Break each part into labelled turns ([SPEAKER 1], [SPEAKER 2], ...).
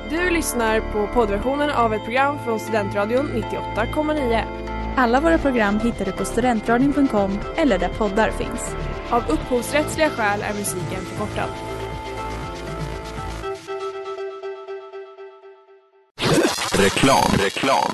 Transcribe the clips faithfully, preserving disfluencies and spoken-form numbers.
[SPEAKER 1] Du lyssnar på poddversionen av ett program från Studentradion nittioåtta komma nio.
[SPEAKER 2] Alla våra program hittar du på studentradion punkt com eller där poddar finns.
[SPEAKER 1] Av upphovsrättsliga skäl är musiken förkortad.
[SPEAKER 3] Reklam, reklam.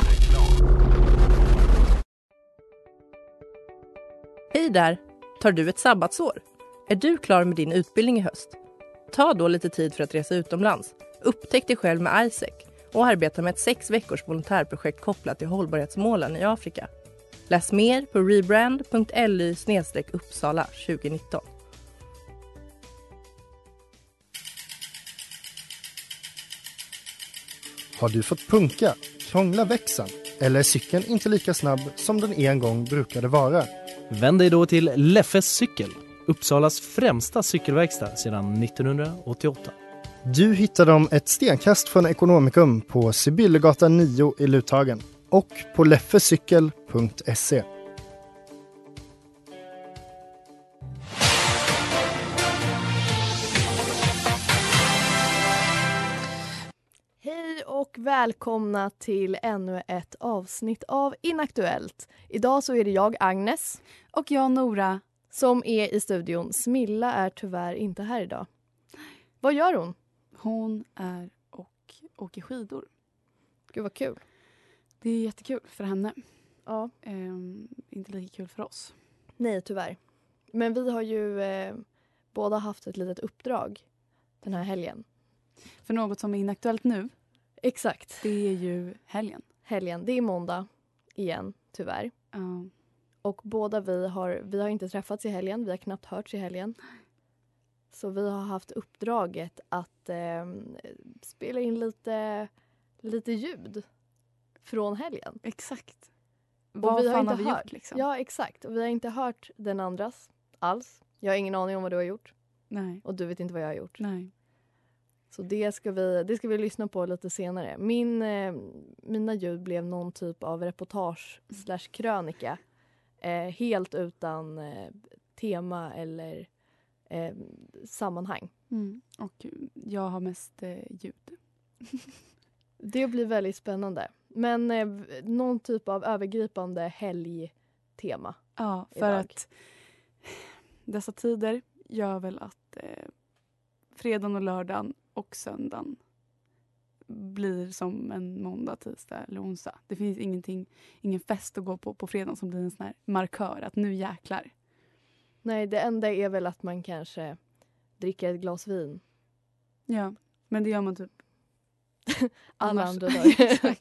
[SPEAKER 4] Hej där! Tar du ett sabbatsår? Är du klar med din utbildning i höst? Ta då lite tid för att resa utomlands. Upptäck dig själv med Isaac och arbeta med ett sex veckors volontärprojekt kopplat till hållbarhetsmålen i Afrika. Läs mer på rebrand punkt l y slash uppsala tjugonitton.
[SPEAKER 5] Har du fått punka, krångla växeln eller är cykeln inte lika snabb som den en gång brukade vara?
[SPEAKER 6] Vänd dig då till Leffes cykel, Uppsalas främsta cykelverkstad sedan nittonhundraåttioåtta.
[SPEAKER 5] Du hittar dem ett stenkast från Ekonomikum på Sibyllegatan nio i Luthagen och på leffecykel punkt se.
[SPEAKER 7] Hej och välkomna till ännu ett avsnitt av Inaktuellt. Idag så är det jag, Agnes.
[SPEAKER 2] Och jag, Nora.
[SPEAKER 7] Som är i studion. Smilla är tyvärr inte här idag. Vad gör hon?
[SPEAKER 2] Hon är och åker skidor.
[SPEAKER 7] Gud vad kul.
[SPEAKER 2] Det är jättekul för henne.
[SPEAKER 7] Ja.
[SPEAKER 2] Ehm, inte lika kul för oss.
[SPEAKER 7] Nej, tyvärr. Men vi har ju eh, båda haft ett litet uppdrag den här helgen.
[SPEAKER 2] För något som är inaktuellt nu.
[SPEAKER 7] Exakt.
[SPEAKER 2] Det är ju helgen.
[SPEAKER 7] Helgen. Det är måndag igen, tyvärr.
[SPEAKER 2] Uh.
[SPEAKER 7] Och båda vi har, vi har inte träffats i helgen. Vi har knappt hörts i helgen. Så vi har haft uppdraget att eh, spela in lite, lite ljud från helgen.
[SPEAKER 2] Exakt.
[SPEAKER 7] Och
[SPEAKER 2] Vad
[SPEAKER 7] vi har
[SPEAKER 2] fan
[SPEAKER 7] inte
[SPEAKER 2] har vi
[SPEAKER 7] hört.
[SPEAKER 2] gjort liksom?
[SPEAKER 7] Ja, exakt. Och vi har inte hört den andras alls. Jag har ingen aning om vad du har gjort.
[SPEAKER 2] Nej.
[SPEAKER 7] Och du vet inte vad jag har gjort.
[SPEAKER 2] Nej.
[SPEAKER 7] Så det ska vi, det ska vi lyssna på lite senare. Min, eh, mina ljud blev någon typ av reportage slash krönika. Eh, helt utan eh, tema eller eh, sammanhang.
[SPEAKER 2] Mm. Och jag har mest eh, ljud.
[SPEAKER 7] Det blir väldigt spännande. Men eh, någon typ av övergripande helgtema.
[SPEAKER 2] Ja, för
[SPEAKER 7] idag.
[SPEAKER 2] att dessa tider gör väl att eh, fredagen och lördagen och söndagen blir som en måndag, tisdag eller onsdag. Det finns ingenting, ingen fest att gå på på fredagen som blir en sån här markör att nu jäklar.
[SPEAKER 7] Nej, det enda är väl att man kanske dricker ett glas vin.
[SPEAKER 2] Ja, men det gör man typ
[SPEAKER 7] Alla
[SPEAKER 2] annars.
[SPEAKER 7] andra dagar.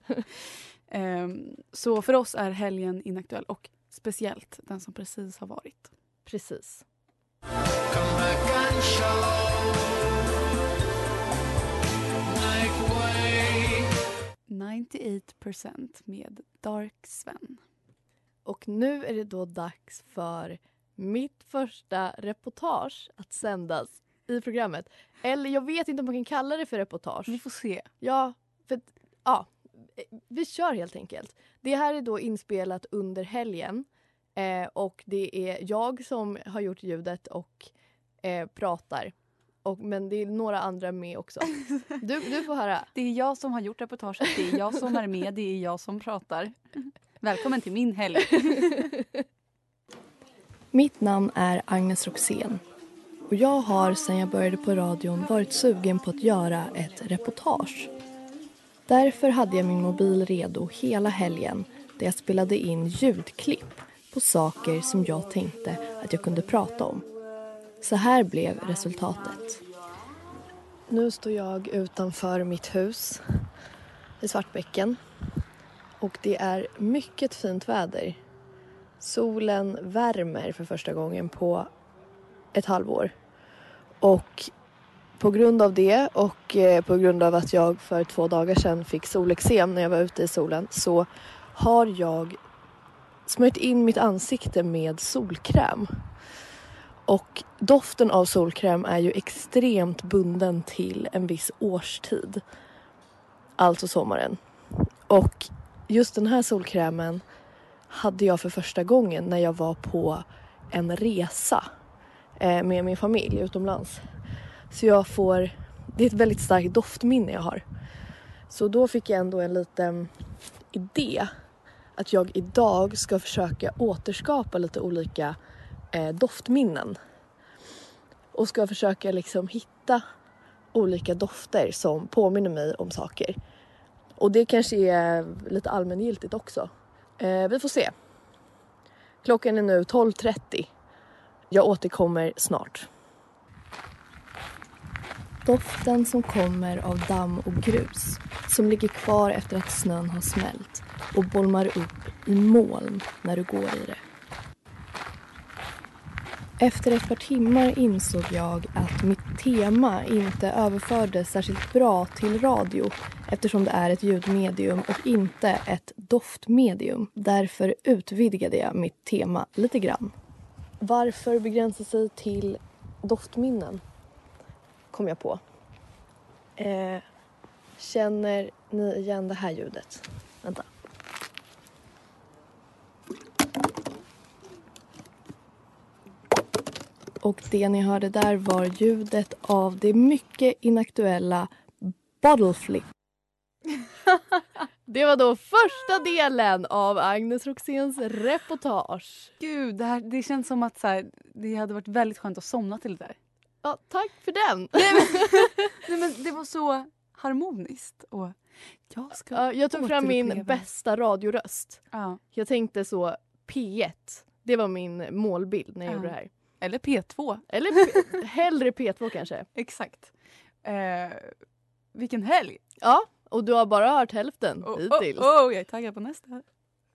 [SPEAKER 2] um, så för oss är helgen inaktuell och speciellt den som precis har varit.
[SPEAKER 7] Precis.
[SPEAKER 2] nittioåtta procent med Dark Sven.
[SPEAKER 7] Och nu är det då dags för mitt första reportage att sändas i programmet. Eller jag vet inte om man kan kalla det för reportage.
[SPEAKER 2] Vi får se.
[SPEAKER 7] Ja, för att, ja, vi kör helt enkelt. Det här är då inspelat under helgen. Eh, och det är jag som har gjort ljudet och eh, pratar. Och, men det är några andra med också. Du, du får höra.
[SPEAKER 2] Det är jag som har gjort reportaget. Det är jag som är med. Det är jag som pratar. Välkommen till min helg.
[SPEAKER 7] Mitt namn är Agnes Roxén. Och jag har sedan jag började på radion varit sugen på att göra ett reportage. Därför hade jag min mobil redo hela helgen där jag spelade in ljudklipp på saker som jag tänkte att jag kunde prata om. Så här blev resultatet. Nu står jag utanför mitt hus i Svartbäcken. Och det är mycket fint väder. Solen värmer för första gången på ett halvår. Och på grund av det och på grund av att jag för två dagar sedan fick solexem när jag var ute i solen så har jag smörjt in mitt ansikte med solkräm. Och doften av solkräm är ju extremt bunden till en viss årstid. Alltså sommaren. Och just den här solkrämen hade jag för första gången när jag var på en resa med min familj utomlands. Så jag får, det är ett väldigt starkt doftminne jag har. Så då fick jag ändå en liten idé att jag idag ska försöka återskapa lite olika eh, doftminnen. Och ska försöka liksom hitta olika dofter som påminner mig om saker. Och det kanske är lite allmängiltigt också. Eh, vi får se. Klockan är nu tolv trettio. Jag återkommer snart. Doften som kommer av damm och grus som ligger kvar efter att snön har smält och bolmar upp i moln när du går i det. Efter ett par timmar insåg jag att mitt tema inte överfördes särskilt bra till radio eftersom det är ett ljudmedium och inte ett doftmedium. Därför utvidgade jag mitt tema lite grann. Varför begränsa sig till doftminnen? Kom jag på. Eh, känner ni igen det här ljudet? Vänta. Och det ni hörde där var ljudet av det mycket inaktuella Bottle Flip. Det var då första delen av Agnes Roxéns reportage.
[SPEAKER 2] Gud, det, här, det känns som att så här, det hade varit väldigt skönt att somna till det där.
[SPEAKER 7] Ja, tack för den.
[SPEAKER 2] Nej, men, nej, men det var så harmoniskt. Och jag, ska
[SPEAKER 7] ja, jag tog fram min
[SPEAKER 2] återuppleva.
[SPEAKER 7] bästa radioröst.
[SPEAKER 2] Ja.
[SPEAKER 7] Jag tänkte så P ett. Det var min målbild när jag
[SPEAKER 2] Ja.
[SPEAKER 7] gjorde det här.
[SPEAKER 2] Eller P två.
[SPEAKER 7] Eller P- hellre P två kanske.
[SPEAKER 2] Exakt. Eh, vilken helg.
[SPEAKER 7] Ja, och du har bara hört hälften
[SPEAKER 2] Oh,
[SPEAKER 7] hittills.
[SPEAKER 2] oh, oh, jag är taggad på nästa.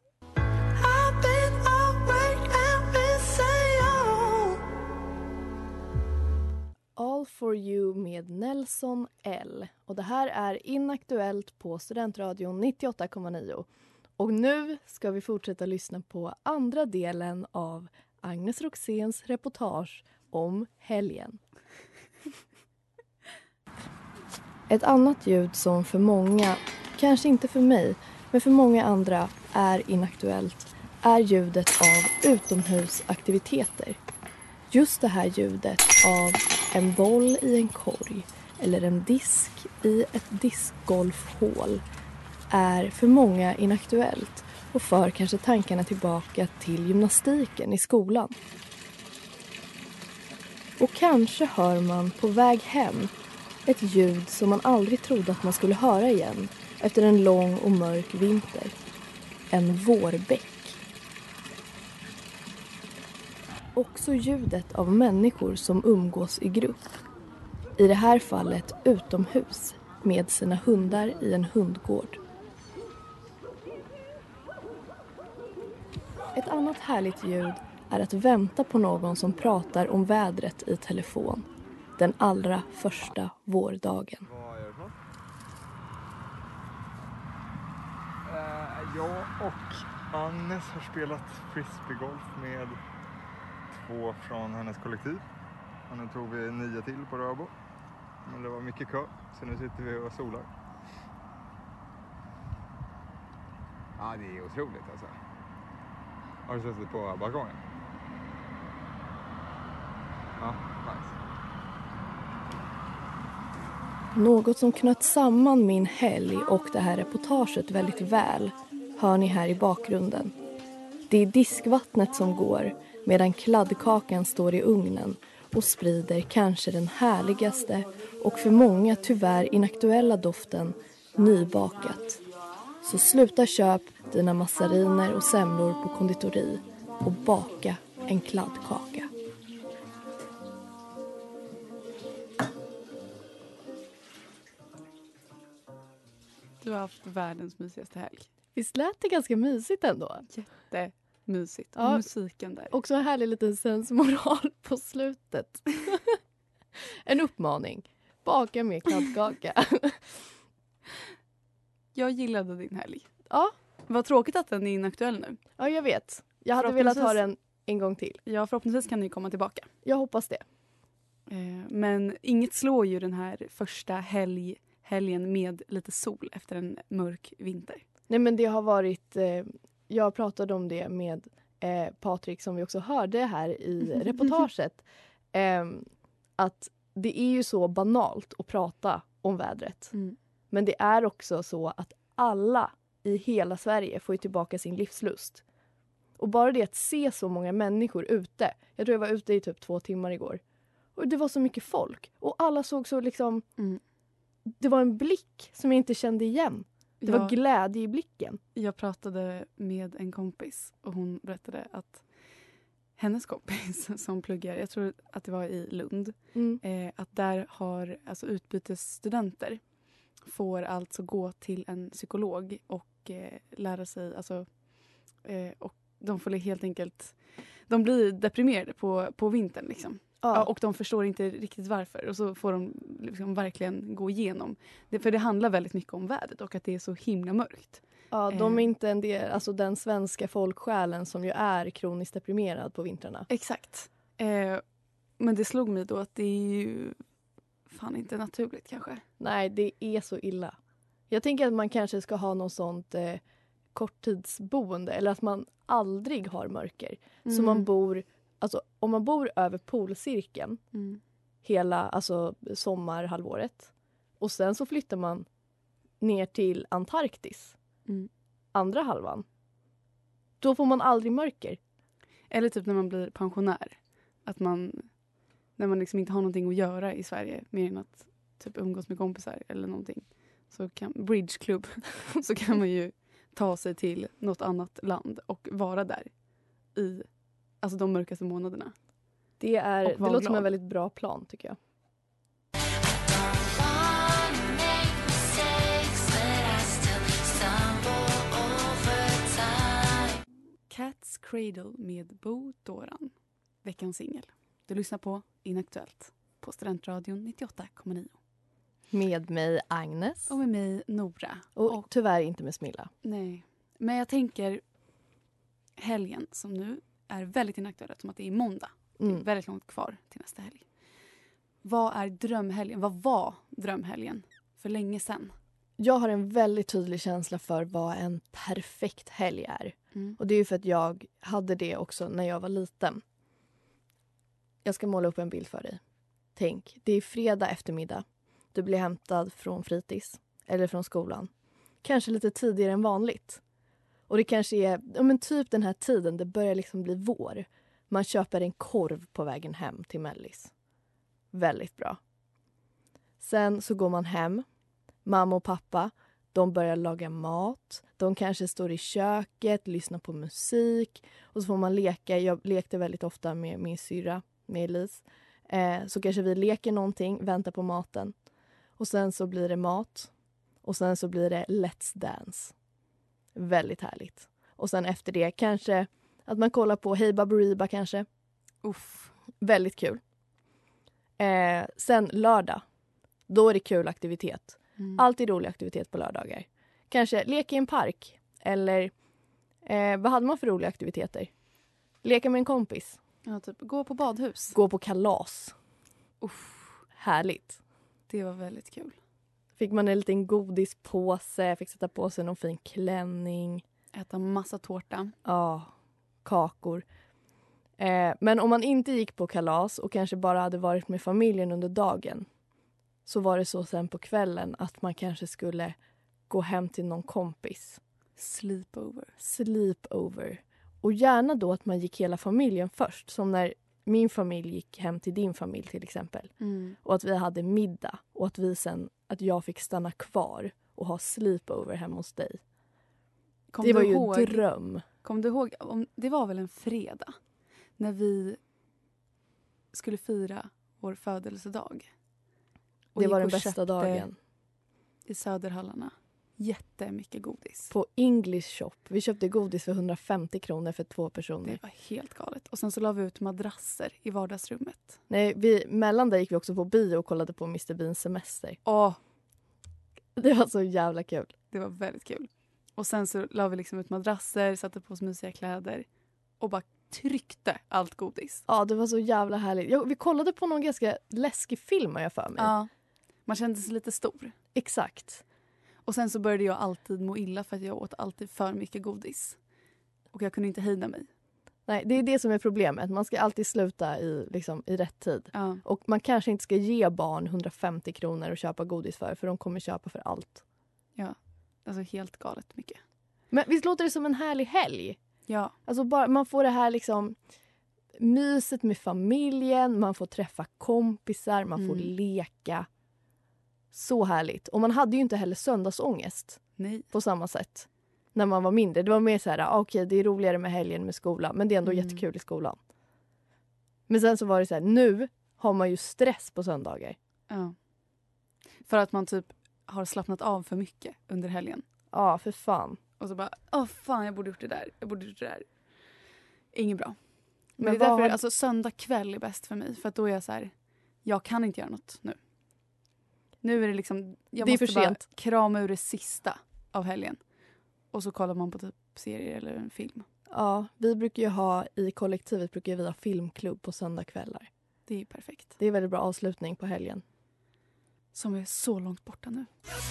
[SPEAKER 7] All for you med Nelson L. Och det här är Inaktuellt på Studentradion nittioåtta komma nio. Och nu ska vi fortsätta lyssna på andra delen av Agnes Roxéns reportage om helgen. Ett annat ljud som för många, kanske inte för mig, men för många andra är inaktuellt är ljudet av utomhusaktiviteter. Just det här ljudet av en boll i en korg eller en disk i ett diskgolfhål är för många inaktuellt och för kanske tankarna tillbaka till gymnastiken i skolan. Och kanske hör man på väg hem ett ljud som man aldrig trodde att man skulle höra igen efter en lång och mörk vinter. En vårbäck. Också ljudet av människor som umgås i grupp. I det här fallet utomhus med sina hundar i en hundgård. Ett annat härligt ljud är att vänta på någon som pratar om vädret i telefon. Den allra första vårdagen.
[SPEAKER 8] Vad är det för något? Uh, jag och Agnes har spelat frisbeegolf med två från hennes kollektiv. Och nu tog vi nio till på Röbo. Men det var mycket kö, så nu sitter vi och solar. Ja, det är otroligt alltså. Har du suttit på balkongen? Ja, nice.
[SPEAKER 7] Något som knöt samman min helg och det här reportaget väldigt väl hör ni här i bakgrunden. Det är diskvattnet som går medan kladdkakan står i ugnen och sprider kanske den härligaste och för många tyvärr inaktuella doften nybakat. Så sluta köp dina massariner och semlor på konditori och baka en kladdkaka.
[SPEAKER 2] Du har haft världens mysigaste helg.
[SPEAKER 7] Visst lät det ganska mysigt ändå?
[SPEAKER 2] Jättemysigt.
[SPEAKER 7] Ja.
[SPEAKER 2] Musiken där.
[SPEAKER 7] Också en härlig liten sensmoral på slutet. En uppmaning. Baka mer kladdkaka.
[SPEAKER 2] Jag gillade din helg.
[SPEAKER 7] Ja.
[SPEAKER 2] Vad tråkigt att den är inaktuell nu.
[SPEAKER 7] Ja, jag vet. Jag hade velat ha den en gång till.
[SPEAKER 2] Ja, förhoppningsvis kan ni komma tillbaka.
[SPEAKER 7] Jag hoppas det.
[SPEAKER 2] Eh, men inget slår ju den här första helg, helgen med lite sol efter en mörk vinter.
[SPEAKER 7] Nej, men det har varit... Eh, jag pratade om det med eh, Patrik som vi också hörde här i reportaget. Eh, att det är ju så banalt att prata om vädret.
[SPEAKER 2] Mm.
[SPEAKER 7] Men det är också så att alla i hela Sverige får ju tillbaka sin livslust. Och bara det att se så många människor ute. Jag tror jag var ute i typ två timmar igår. Och det var så mycket folk. Och alla såg så liksom...
[SPEAKER 2] Mm.
[SPEAKER 7] Det var en blick som jag inte kände igen. Det
[SPEAKER 2] Ja.
[SPEAKER 7] var glädje i blicken.
[SPEAKER 2] Jag pratade med en kompis och hon berättade att hennes kompis som pluggar, jag tror att det var i Lund,
[SPEAKER 7] Mm.
[SPEAKER 2] eh, att där har alltså utbytesstudenter får alltså gå till en psykolog och eh, lära sig, alltså eh, och de får helt enkelt, de blir deprimerade på, på vintern liksom.
[SPEAKER 7] Ja.
[SPEAKER 2] Ja, och de förstår inte riktigt varför. Och så får de liksom verkligen gå igenom. Det, för det handlar väldigt mycket om vädret och att det är så himla mörkt.
[SPEAKER 7] Ja, de är
[SPEAKER 2] Eh.
[SPEAKER 7] inte en del, alltså den svenska folksjälen som ju är kroniskt deprimerad på vintrarna.
[SPEAKER 2] Exakt. Eh, men det slog mig då att det är ju fan inte naturligt kanske.
[SPEAKER 7] Nej, det är så illa. Jag tänker att man kanske ska ha något sånt eh, korttidsboende. Eller att man aldrig har mörker. Så
[SPEAKER 2] Mm.
[SPEAKER 7] man bor, alltså om man bor över polcirkeln
[SPEAKER 2] Mm.
[SPEAKER 7] hela alltså, sommarhalvåret. Och sen så flyttar man ner till Antarktis.
[SPEAKER 2] Mm.
[SPEAKER 7] Andra halvan. Då får man aldrig mörker.
[SPEAKER 2] Eller typ när man blir pensionär. Att man, när man liksom inte har någonting att göra i Sverige mer än att typ umgås med kompisar eller någonting. Så kan, bridgeklubb, så kan man ju ta sig till något annat land och vara där i alltså de mörkaste månaderna.
[SPEAKER 7] Det, är,
[SPEAKER 2] Och
[SPEAKER 7] det
[SPEAKER 2] var
[SPEAKER 7] låter som
[SPEAKER 2] glad.
[SPEAKER 7] en väldigt bra plan tycker jag.
[SPEAKER 2] Cat's Cradle med Bo Doran. Veckans singel. Du lyssnar på Inaktuellt på Studentradion nittioåtta komma nio.
[SPEAKER 7] Med mig Agnes.
[SPEAKER 2] Och med mig Nora.
[SPEAKER 7] Och,
[SPEAKER 2] Och-
[SPEAKER 7] tyvärr inte med Smilla.
[SPEAKER 2] Nej. Men jag tänker helgen som nu är väldigt inaktuell som att det är måndag. Det är
[SPEAKER 7] Mm.
[SPEAKER 2] väldigt långt kvar till nästa helg. Vad är drömhelgen? Vad var drömhelgen för länge sedan?
[SPEAKER 7] Jag har en väldigt tydlig känsla för vad en perfekt helg är.
[SPEAKER 2] Mm.
[SPEAKER 7] Och det är ju för att jag hade det också när jag var liten. Jag ska måla upp en bild för dig. Tänk, det är fredag eftermiddag. Du blir hämtad från fritids eller från skolan. Kanske lite tidigare än vanligt. Och det kanske är ja, men typ den här tiden det börjar liksom bli vår. Man köper en korv på vägen hem till Mellis. Väldigt bra. Sen så går man hem. Mamma och pappa, de börjar laga mat. De kanske står i köket, lyssnar på musik. Och så får man leka. Jag lekte väldigt ofta med min syra, med Elise. Eh, så kanske vi leker någonting, väntar på maten. Och sen så blir det mat. Och sen så blir det Let's Dance. Väldigt härligt. Och sen efter det kanske att man kollar på Hey Baberiba kanske.
[SPEAKER 2] Uff.
[SPEAKER 7] Väldigt kul. Eh, sen lördag. Då är det kul aktivitet.
[SPEAKER 2] Mm.
[SPEAKER 7] Alltid rolig aktivitet på lördagar. Kanske leka i en park. Eller eh, vad hade man för roliga aktiviteter? Leka med en kompis.
[SPEAKER 2] Ja, typ gå på badhus.
[SPEAKER 7] Gå på kalas.
[SPEAKER 2] Uff.
[SPEAKER 7] Härligt.
[SPEAKER 2] Det var väldigt kul.
[SPEAKER 7] Fick man en liten godispåse. Fick sätta på sig någon fin klänning.
[SPEAKER 2] Äta massa tårta.
[SPEAKER 7] Ja, kakor. Eh, men om man inte gick på kalas och kanske bara hade varit med familjen under dagen. Så var det så sen på kvällen att man kanske skulle gå hem till någon kompis.
[SPEAKER 2] Sleepover.
[SPEAKER 7] Sleepover. Och gärna då att man gick hela familjen först. Som när min familj gick hem till din familj till exempel.
[SPEAKER 2] Mm.
[SPEAKER 7] Och att vi hade middag. Och att vi sen, att jag fick stanna kvar och ha sleepover hemma hos dig.
[SPEAKER 2] Kom
[SPEAKER 7] det var
[SPEAKER 2] du
[SPEAKER 7] ju
[SPEAKER 2] ihåg,
[SPEAKER 7] en dröm.
[SPEAKER 2] Kom du ihåg, om, det var väl en fredag när vi skulle fira vår födelsedag. Och
[SPEAKER 7] Det
[SPEAKER 2] gick
[SPEAKER 7] var den
[SPEAKER 2] och
[SPEAKER 7] bästa
[SPEAKER 2] köpte
[SPEAKER 7] dagen.
[SPEAKER 2] I Söderhallarna. Jättemycket godis.
[SPEAKER 7] På English Shop. Vi köpte godis för hundrafemtio kronor för två personer.
[SPEAKER 2] Det var helt galet. Och sen så la vi ut madrasser i vardagsrummet.
[SPEAKER 7] Nej, vi, mellan där gick vi också på bio och kollade på mister Beans semester.
[SPEAKER 2] Åh,
[SPEAKER 7] Det var så jävla kul.
[SPEAKER 2] det var väldigt kul. Och sen så la vi liksom ut madrasser, satte på oss mysiga kläder och bara tryckte allt godis.
[SPEAKER 7] Ja, det var så jävla härligt. Ja, vi kollade på någon ganska läskig film har jag för mig.
[SPEAKER 2] Ja, man kände sig lite stor.
[SPEAKER 7] Exakt.
[SPEAKER 2] Och sen så började jag alltid må illa för att jag åt alltid för mycket godis. Och jag kunde inte hejda mig.
[SPEAKER 7] Nej, det är det som är problemet. Man ska alltid sluta i, liksom, i rätt tid.
[SPEAKER 2] Ja.
[SPEAKER 7] Och man kanske inte ska ge barn hundrafemtio kronor och köpa godis för. För de kommer köpa för allt.
[SPEAKER 2] Ja, alltså helt galet mycket.
[SPEAKER 7] Men visst låter det som en härlig helg?
[SPEAKER 2] Ja.
[SPEAKER 7] Alltså bara, man får det här liksom myset med familjen. Man får träffa kompisar. Man får
[SPEAKER 2] Mm.
[SPEAKER 7] leka. Så härligt. Och man hade ju inte heller söndagsångest
[SPEAKER 2] Nej.
[SPEAKER 7] på samma sätt. När man var mindre. Det var mer så här, ah, okej, det är roligare med helgen med skolan. Men det är ändå
[SPEAKER 2] Mm.
[SPEAKER 7] jättekul i skolan. Men sen så var det så här, nu har man ju stress på söndagar.
[SPEAKER 2] Ja. För att man typ har slappnat av för mycket under helgen.
[SPEAKER 7] Ja, för fan.
[SPEAKER 2] Och så bara, åh fan jag borde gjort det där. Jag borde gjort det där. Inget bra. Men,
[SPEAKER 7] Men
[SPEAKER 2] det är
[SPEAKER 7] vad
[SPEAKER 2] därför,
[SPEAKER 7] har-
[SPEAKER 2] alltså söndag kväll är bäst för mig. För att då är jag så här, jag kan inte göra något nu. Nu är det liksom, jag
[SPEAKER 7] Det är
[SPEAKER 2] måste
[SPEAKER 7] för
[SPEAKER 2] bara
[SPEAKER 7] sent.
[SPEAKER 2] krama ur det sista av helgen. Och så kollar man på typ serier eller en film.
[SPEAKER 7] Ja, vi brukar ju ha, i kollektivet brukar vi ha filmklubb på söndagkvällar.
[SPEAKER 2] Det är ju perfekt.
[SPEAKER 7] Det är väldigt bra avslutning på helgen.
[SPEAKER 2] Som är så långt borta nu.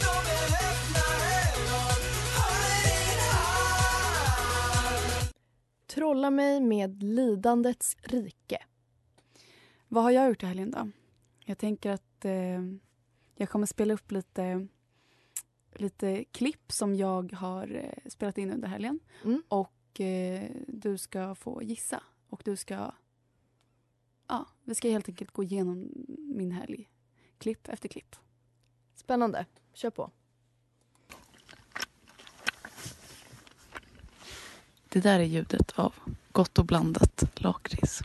[SPEAKER 7] Trolla mig med lidandets rike.
[SPEAKER 2] Vad har jag gjort i helgen då? Jag tänker att eh, jag kommer spela upp lite, lite klipp som jag har eh, spelat in under helgen.
[SPEAKER 7] Mm.
[SPEAKER 2] Och eh, du ska få gissa. Och du ska... Ja, vi ska helt enkelt gå igenom min helg. Klipp efter klipp.
[SPEAKER 7] Spännande. Kör på.
[SPEAKER 2] Det där är ljudet av gott och blandat lakrits.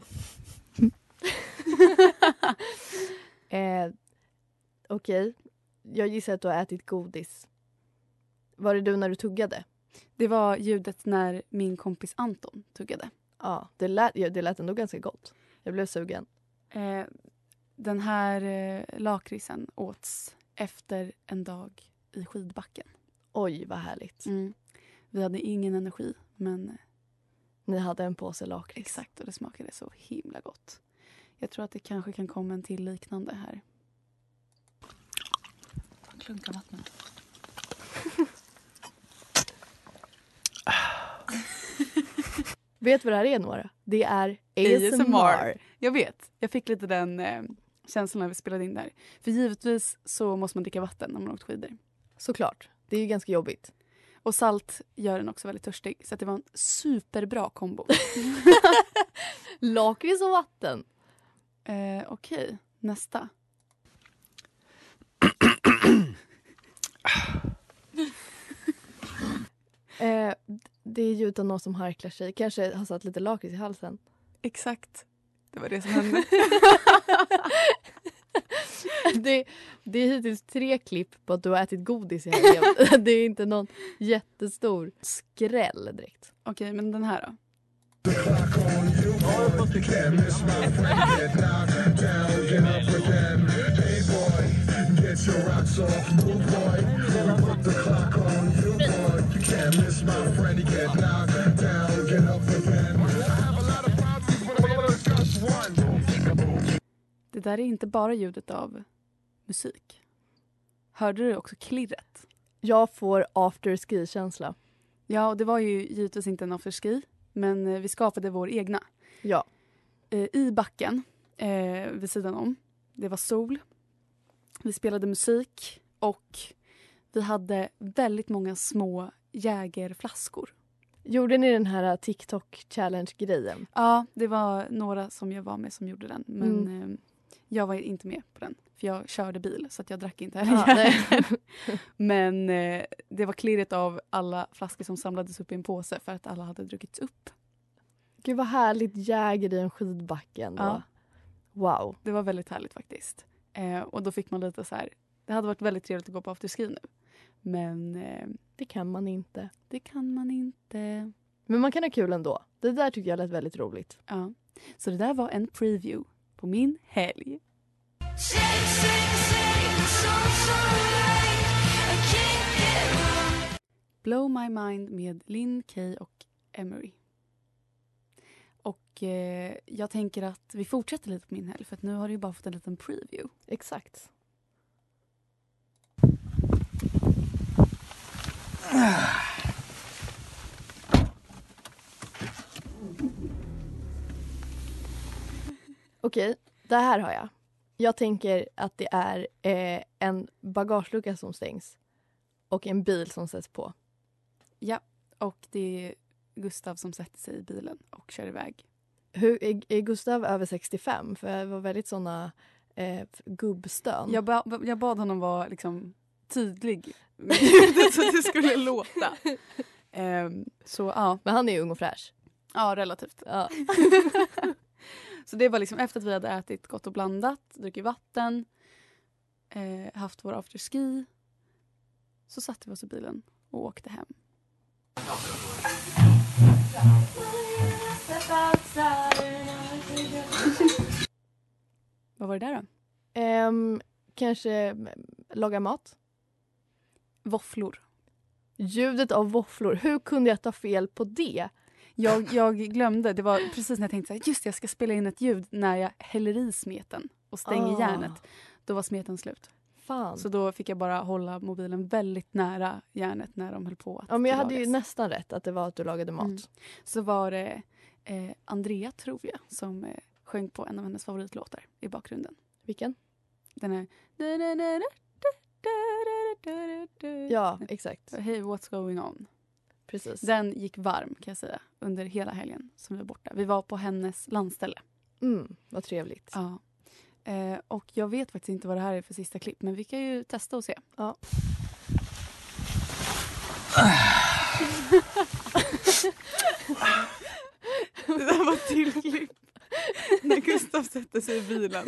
[SPEAKER 7] eh, Okej. Jag gissar att du har ätit godis. Var det du när du tuggade?
[SPEAKER 2] Det var ljudet när min kompis Anton tuggade.
[SPEAKER 7] Ja, det lät, ja, det lät ändå ganska gott. Jag blev sugen.
[SPEAKER 2] Eh, den här eh, lakritsen åts efter en dag i skidbacken.
[SPEAKER 7] Oj, vad härligt.
[SPEAKER 2] Mm. Vi hade ingen energi, men
[SPEAKER 7] Ni hade en påse lakrits.
[SPEAKER 2] exakt, och det smakade så himla gott. Jag tror att det kanske kan komma en till liknande här. Klunka vatten.
[SPEAKER 7] Vet du vad det här är, Nora? Det är A S M R.
[SPEAKER 2] Jag vet, jag fick lite den eh, känslan när vi spelade in där. För givetvis så måste man dricka vatten när man åkt skidor.
[SPEAKER 7] Såklart. Det är ju ganska jobbigt.
[SPEAKER 2] Och salt gör den också väldigt törstig. Så att det var en superbra kombo.
[SPEAKER 7] Lakrits och vatten.
[SPEAKER 2] eh, Okej, nästa.
[SPEAKER 7] Eh, det är ljudet av någon som harklar sig. Kanske har satt lite lakrits i halsen.
[SPEAKER 2] Exakt. Det var det som hände.
[SPEAKER 7] det, det är hittills tre klipp på att du har ätit godis i helgen. Det är inte någon jättestor skräll direkt.
[SPEAKER 2] Okej, men den här då? Det där är inte bara ljudet av musik. Hörde du också klirret?
[SPEAKER 7] Jag får afterski-känsla.
[SPEAKER 2] Ja, och det var ju givetvis inte en afterski. Men eh, vi skapade vår egna.
[SPEAKER 7] Ja.
[SPEAKER 2] Eh, I backen, eh, vid sidan om. Det var sol. Vi spelade musik. Och vi hade väldigt många små jägerflaskor.
[SPEAKER 7] Gjorde ni den här TikTok-challenge-grejen?
[SPEAKER 2] Ja, det var några som jag var med som gjorde den. Men
[SPEAKER 7] Mm.
[SPEAKER 2] eh, jag var inte med på den. För jag körde bil så att jag drack inte heller.
[SPEAKER 7] Ja, nej.
[SPEAKER 2] Men eh, det var klirret av alla flaskor som samlades upp i en påse för att alla hade druckits upp.
[SPEAKER 7] Gud vad härligt, jäger i en skidbacken. Då.
[SPEAKER 2] Ja.
[SPEAKER 7] Wow.
[SPEAKER 2] Det var väldigt härligt faktiskt. Eh, och då fick man lite så här. Det hade varit väldigt trevligt att gå på afterski nu. Men eh,
[SPEAKER 7] Det kan man inte.
[SPEAKER 2] det kan man inte.
[SPEAKER 7] Men man kan ha kul ändå. Det där tycker jag lät väldigt roligt.
[SPEAKER 2] Ja. Så det där var en preview på min helg. Blow My Mind med Lynn Kay och Emery. Och eh, jag tänker att vi fortsätter lite på min helg. För att nu har du ju bara fått en liten preview.
[SPEAKER 7] Exakt. Okej, det här har jag. Jag tänker att det är eh, en bagagelucka som stängs och en bil som sätts på.
[SPEAKER 2] Ja, och det är Gustav som sätter sig i bilen och kör iväg.
[SPEAKER 7] Hur, är, är Gustav över sextiofem? För det var väldigt såna eh, gubbstön.
[SPEAKER 2] Jag, ba, jag bad honom vara liksom tydlig med ljudet så att det skulle låta. Um, så ja.
[SPEAKER 7] Men han är ju ung och fräsch.
[SPEAKER 2] Ja, relativt.
[SPEAKER 7] Ja.
[SPEAKER 2] Så det var liksom efter att vi hade ätit gott och blandat, druckit vatten, eh, haft vår afterski. Så satte vi oss i bilen och åkte hem. Vad var det där då?
[SPEAKER 7] Um, kanske laga mat.
[SPEAKER 2] Våfflor.
[SPEAKER 7] Ljudet av våfflor. Hur kunde jag ta fel på det?
[SPEAKER 2] Jag, jag glömde. Det var precis när jag tänkte så här, just jag ska spela in ett ljud när jag häller i smeten och stänger
[SPEAKER 7] Ah.
[SPEAKER 2] järnet. Då var smeten slut.
[SPEAKER 7] Fan.
[SPEAKER 2] Så då fick jag bara hålla mobilen väldigt nära järnet när de höll på att
[SPEAKER 7] Ja, men jag hade ju
[SPEAKER 2] tillagas.
[SPEAKER 7] nästan rätt att det var att du lagade mat.
[SPEAKER 2] Mm. Så var det eh, Andrea, tror jag, som eh, sjöng på en av hennes favoritlåtar i bakgrunden.
[SPEAKER 7] Vilken?
[SPEAKER 2] Den är...
[SPEAKER 7] Ja, exakt.
[SPEAKER 2] Hey, what's going on?
[SPEAKER 7] Precis.
[SPEAKER 2] Den gick varm, kan jag säga, under hela helgen som vi var borta. Vi var på hennes landställe.
[SPEAKER 7] Mm, vad trevligt.
[SPEAKER 2] Ja. Eh, och jag vet faktiskt inte vad det här är för sista klipp, men vi kan ju testa och se.
[SPEAKER 7] Ja.
[SPEAKER 2] Det där var till klipp. När Gustav sätter sig i bilen.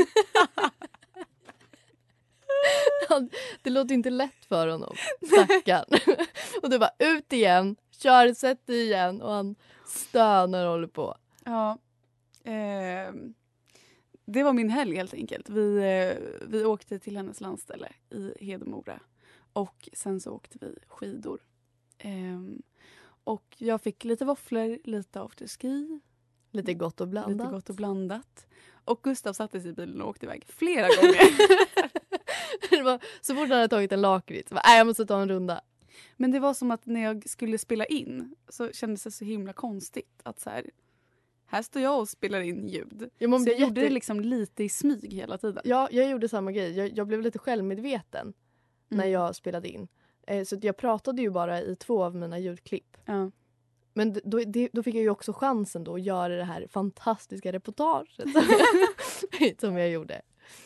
[SPEAKER 7] Han, det låter inte lätt för honom. Stackarn. Och du bara ut igen. Kör, sätt dig igen. Och han stönar och håller på.
[SPEAKER 2] Ja. Eh, det var min helg helt enkelt. Vi, eh, vi åkte till hennes landställe i Hedemora. Och sen så åkte vi skidor. Eh, och jag fick lite våfflor, lite afterski.
[SPEAKER 7] Lite gott och blandat.
[SPEAKER 2] Lite gott och blandat. Och Gustav satte sig i bilen och åkte iväg flera gånger.
[SPEAKER 7] Det var, så fort han hade tagit en lakrits. Så bara, nej, jag måste ta en runda.
[SPEAKER 2] Men det var som att när jag skulle spela in så kändes det så himla konstigt att så här, här står jag och spelar in ljud.
[SPEAKER 7] Ja, man
[SPEAKER 2] så
[SPEAKER 7] blir
[SPEAKER 2] jag gjorde
[SPEAKER 7] jätte-
[SPEAKER 2] det liksom lite i smyg hela tiden.
[SPEAKER 7] Ja, jag gjorde samma grej. Jag, jag blev lite självmedveten
[SPEAKER 2] Mm.
[SPEAKER 7] när jag spelade in. Eh, så att jag pratade ju bara i två av mina ljudklipp.
[SPEAKER 2] Ja.
[SPEAKER 7] Men d- då, det, då fick jag ju också chansen då att göra det här fantastiska reportaget som jag gjorde.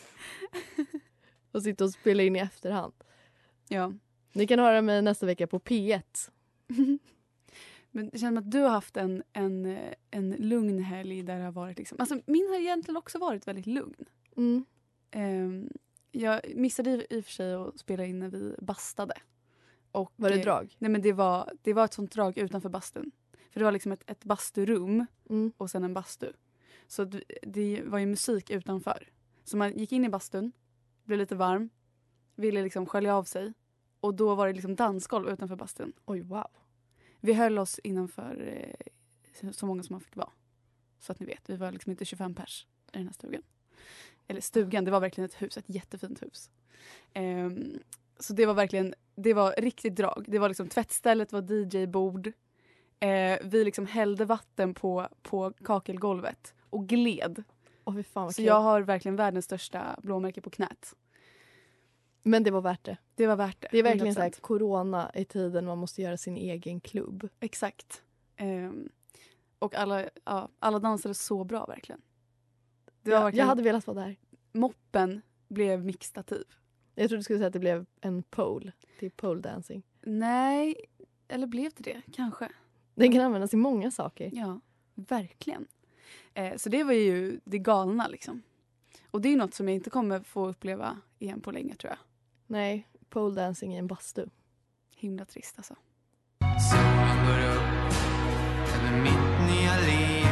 [SPEAKER 7] Och sitta och spela in i efterhand.
[SPEAKER 2] Ja.
[SPEAKER 7] Ni kan höra mig nästa vecka på P ett.
[SPEAKER 2] Men det känns som att du har haft en, en, en lugn helg där det har varit liksom... Alltså min har egentligen också varit väldigt lugn.
[SPEAKER 7] Mm.
[SPEAKER 2] Um, jag missade i, i och för sig att spela in när vi bastade. Och,
[SPEAKER 7] Var det
[SPEAKER 2] eh,
[SPEAKER 7] drag?
[SPEAKER 2] Nej, men det var, det var ett sånt drag utanför bastun. För det var liksom ett, ett basturum
[SPEAKER 7] Mm.
[SPEAKER 2] och sen en bastu. Så det, det var ju musik utanför. Så man gick in i bastun, blev lite varm, ville liksom skölja av sig. Och då var det liksom dansgolv utanför bastun.
[SPEAKER 7] Oj, wow.
[SPEAKER 2] Vi höll oss innanför eh, så många som man fick vara. Så att ni vet, vi var liksom inte tjugofem pers i den här stugan. Eller stugan, det var verkligen ett hus, ett jättefint hus. Ehm, så det var verkligen, det var riktigt drag. Det var liksom tvättstället, var D J-bord. Eh, vi liksom hällde vatten på, på kakelgolvet och gled.
[SPEAKER 7] Åh, fy fan vad
[SPEAKER 2] Så
[SPEAKER 7] kul.
[SPEAKER 2] jag har verkligen världens största blåmärke på knät.
[SPEAKER 7] Men det var värt det.
[SPEAKER 2] Det var värt det.
[SPEAKER 7] Det är verkligen så här
[SPEAKER 2] hundra procent.
[SPEAKER 7] corona i tiden man måste göra sin egen klubb.
[SPEAKER 2] Exakt. Ehm, och alla, ja, alla dansade så bra verkligen. Det var
[SPEAKER 7] Jag,
[SPEAKER 2] verkligen
[SPEAKER 7] jag hade velat vara där.
[SPEAKER 2] moppen blev mixtativ.
[SPEAKER 7] Jag trodde du skulle säga att det blev en pole. Till pole dancing.
[SPEAKER 2] Nej, eller blev det det? Kanske.
[SPEAKER 7] Den kan användas i många saker.
[SPEAKER 2] Ja, verkligen. Eh, så det var ju det galna liksom. Och det är något som jag inte kommer få uppleva igen på länge, tror jag.
[SPEAKER 7] Nej, pole dancing i en bastu.
[SPEAKER 2] Himla trist alltså.
[SPEAKER 9] Solen går upp över mitt nya liv.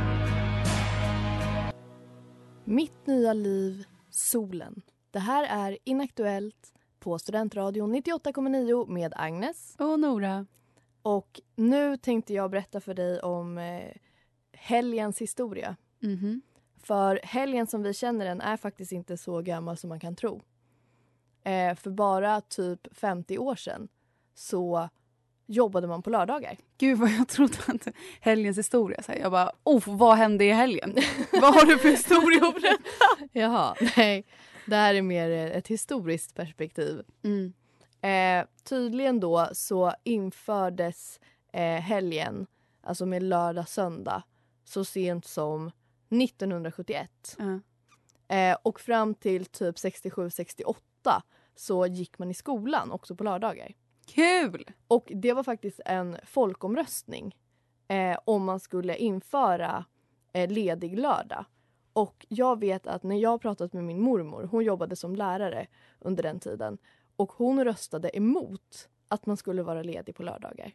[SPEAKER 7] Mitt nya liv, solen. Det här är Inaktuellt på Studentradion nittioåtta komma nio med Agnes.
[SPEAKER 2] Och Nora.
[SPEAKER 7] Och nu tänkte jag berätta för dig om eh, helgens historia.
[SPEAKER 2] Mhm.
[SPEAKER 7] För helgen som vi känner den är faktiskt inte så gammal som man kan tro. Eh, för bara typ femtio år sedan så jobbade man på lördagar.
[SPEAKER 2] Gud vad jag trodde att helgens historia. Så här, jag bara, oh, vad hände i helgen? Vad har du för historia att berätta?
[SPEAKER 7] Jaha, nej. Det här är mer ett historiskt perspektiv.
[SPEAKER 2] Mm.
[SPEAKER 7] Eh, tydligen då så infördes eh, helgen, alltså med lördag söndag, så sent som nittonhundrasjuttioett.
[SPEAKER 2] Uh.
[SPEAKER 7] Eh, och fram till typ sextiosju sextioåtta så gick man i skolan också på lördagar.
[SPEAKER 2] Kul!
[SPEAKER 7] Och det var faktiskt en folkomröstning eh, om man skulle införa eh, ledig lördag. Och jag vet att när jag har pratat med min mormor, hon jobbade som lärare under den tiden. Och hon röstade emot att man skulle vara ledig på lördagar.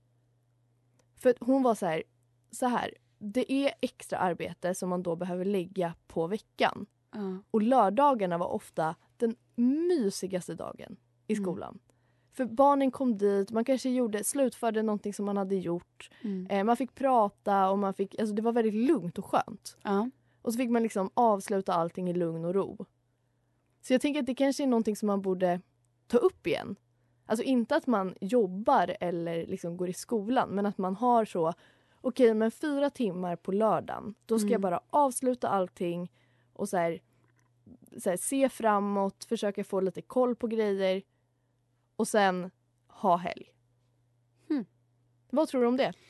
[SPEAKER 7] För hon var så här, så här, det är extra arbete som man då behöver lägga på veckan.
[SPEAKER 2] Uh.
[SPEAKER 7] Och lördagarna var ofta den mysigaste dagen i skolan. Mm. För barnen kom dit, man kanske gjorde, slutförde någonting som man hade gjort.
[SPEAKER 2] Mm.
[SPEAKER 7] Eh, man fick prata och man fick, alltså det var väldigt lugnt och skönt.
[SPEAKER 2] Uh.
[SPEAKER 7] Och så fick man liksom avsluta allting i lugn och ro. Så jag tänker att det kanske är någonting som man borde ta upp igen. Alltså inte att man jobbar eller liksom går i skolan, men att man har så, okej okay, men fyra timmar på lördagen, då ska mm. jag bara avsluta allting och så här, så här, se framåt, försöka få lite koll på grejer och sen ha helg.
[SPEAKER 2] Hmm.
[SPEAKER 7] Vad tror du om det?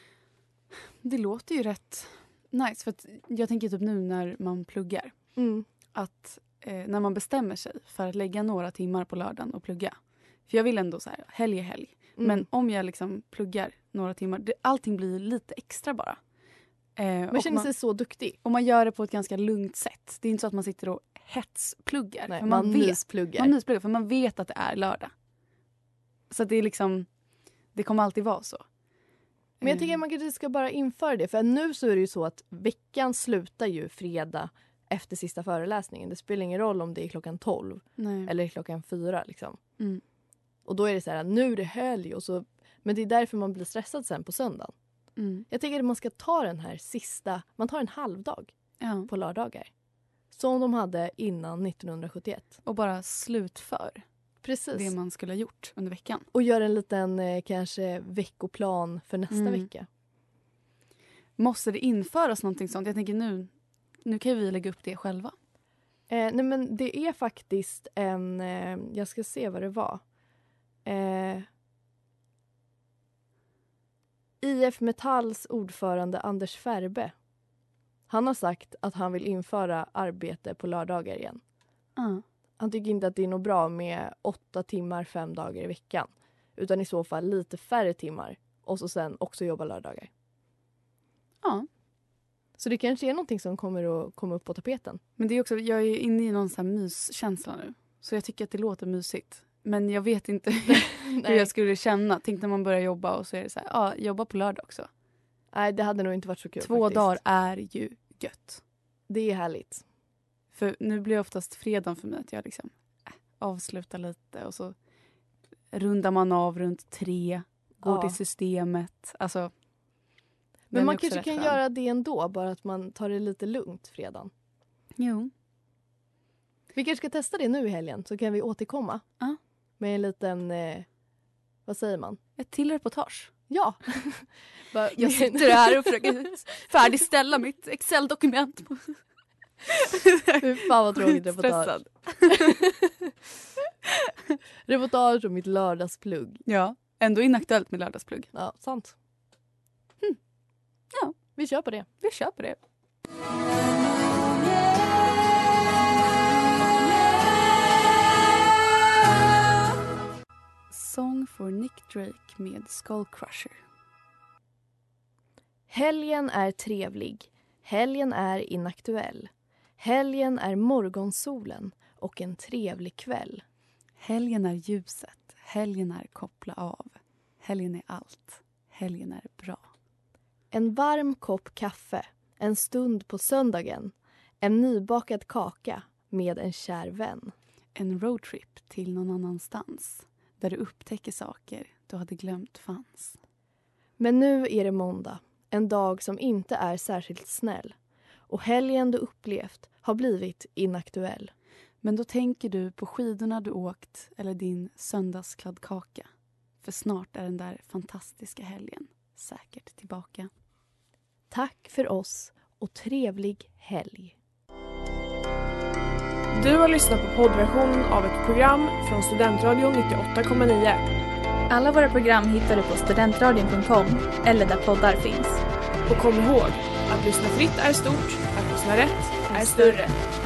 [SPEAKER 2] Det låter ju rätt nice, för att jag tänker typ nu när man pluggar
[SPEAKER 7] mm.
[SPEAKER 2] att eh, när man bestämmer sig för att lägga några timmar på lördagen och plugga. För jag vill ändå så här, helg är helg.
[SPEAKER 7] Mm.
[SPEAKER 2] Men om jag liksom pluggar några timmar, det, allting blir lite extra bara. Eh,
[SPEAKER 7] man känner sig så duktig.
[SPEAKER 2] Och man gör det på ett ganska lugnt sätt. Det är inte så att man sitter och hetspluggar.
[SPEAKER 7] Nej,
[SPEAKER 2] för man,
[SPEAKER 7] man
[SPEAKER 2] vet,
[SPEAKER 7] myspluggar.
[SPEAKER 2] Man myspluggar, för man vet att det är lördag. Så att det är liksom, det kommer alltid vara så.
[SPEAKER 7] Men jag tycker att man kanske ska bara införa det. För nu så är det ju så att veckan slutar ju fredag efter sista föreläsningen. Det spelar ingen roll om det är klockan tolv.
[SPEAKER 2] Nej.
[SPEAKER 7] Eller klockan fyra liksom.
[SPEAKER 2] Mm.
[SPEAKER 7] Och då är det så här, nu är det helg. Och så, men det är därför man blir stressad sen på söndagen.
[SPEAKER 2] Mm.
[SPEAKER 7] Jag tänker att man ska ta den här sista, man tar en halvdag
[SPEAKER 2] ja.
[SPEAKER 7] på lördagar. Som de hade innan nittonhundrasjuttioett.
[SPEAKER 2] Och bara slutför.
[SPEAKER 7] Precis.
[SPEAKER 2] Det man skulle ha gjort under veckan.
[SPEAKER 7] Och gör en liten eh, kanske veckoplan för nästa
[SPEAKER 2] mm.
[SPEAKER 7] vecka.
[SPEAKER 2] Måste det införas någonting sånt? Jag tänker nu, nu kan vi lägga upp det själva.
[SPEAKER 7] Eh, nej men det är faktiskt en, eh, jag ska se vad det var. Eh, I F Metalls ordförande Anders Färbe. Han har sagt att han vill införa arbete på lördagar igen.
[SPEAKER 2] Uh.
[SPEAKER 7] Han tycker inte att det är något bra med åtta timmar fem dagar i veckan. Utan i så fall lite färre timmar. Och så sen också jobba lördagar.
[SPEAKER 2] Ja.
[SPEAKER 7] Så det kanske är någonting som kommer att komma upp på tapeten.
[SPEAKER 2] Men det är också, jag är inne i någon sån här myskänsla nu. Så jag tycker att det låter mysigt. Men jag vet inte hur jag skulle känna. Tänk när man börjar jobba och så är det så här, ja, jobba på lördag också.
[SPEAKER 7] Nej, det hade nog inte varit så kul.
[SPEAKER 2] Två
[SPEAKER 7] faktiskt.
[SPEAKER 2] dagar är ju gött.
[SPEAKER 7] Det är härligt.
[SPEAKER 2] För nu blir det oftast fredagen för mig att jag liksom äh, avslutar lite och så rundar man av runt tre, går
[SPEAKER 7] ja.
[SPEAKER 2] till systemet. Alltså,
[SPEAKER 7] men man kanske kan
[SPEAKER 2] skön.
[SPEAKER 7] göra det ändå, bara att man tar det lite lugnt fredagen.
[SPEAKER 2] Jo.
[SPEAKER 7] Vi kanske ska testa det nu i helgen, så kan vi återkomma.
[SPEAKER 2] Ja.
[SPEAKER 7] Med en liten, eh, vad säger man?
[SPEAKER 2] Ett till reportage.
[SPEAKER 7] Ja.
[SPEAKER 2] Jag sitter här och försöker färdigställa mitt Excel-dokument.
[SPEAKER 7] Fy fan vad tråkigt reportage. Reportage om mitt lördagsplugg.
[SPEAKER 2] Ja, ändå inaktuellt med lördagsplugg.
[SPEAKER 7] Ja, sant.
[SPEAKER 2] Hmm. Ja,
[SPEAKER 7] vi kör på det.
[SPEAKER 2] Vi kör på det. Song for Nick Drake med Skull Crusher.
[SPEAKER 7] Helgen är trevlig. Helgen är inaktuell. Helgen är morgonsolen och en trevlig kväll.
[SPEAKER 2] Helgen är ljuset. Helgen är koppla av. Helgen är allt. Helgen är bra.
[SPEAKER 7] En varm kopp kaffe. En stund på söndagen. En nybakad kaka med en kär vän.
[SPEAKER 2] En roadtrip till någon annanstans. Där du upptäcker saker du hade glömt fanns.
[SPEAKER 7] Men nu är det måndag. En dag som inte är särskilt snäll. Och helgen du upplevt har blivit inaktuell.
[SPEAKER 2] Men då tänker du på skidorna du åkt eller din söndagskladdkaka. För snart är den där fantastiska helgen säkert tillbaka.
[SPEAKER 7] Tack för oss och trevlig helg.
[SPEAKER 1] Du har lyssnat på poddversionen av ett program från Studentradion nittioåtta komma nio.
[SPEAKER 10] Alla våra program hittar du på studentradion punkt com eller där poddar finns.
[SPEAKER 1] Och kom ihåg, att lyssna fritt är stort, att lyssna rätt är större.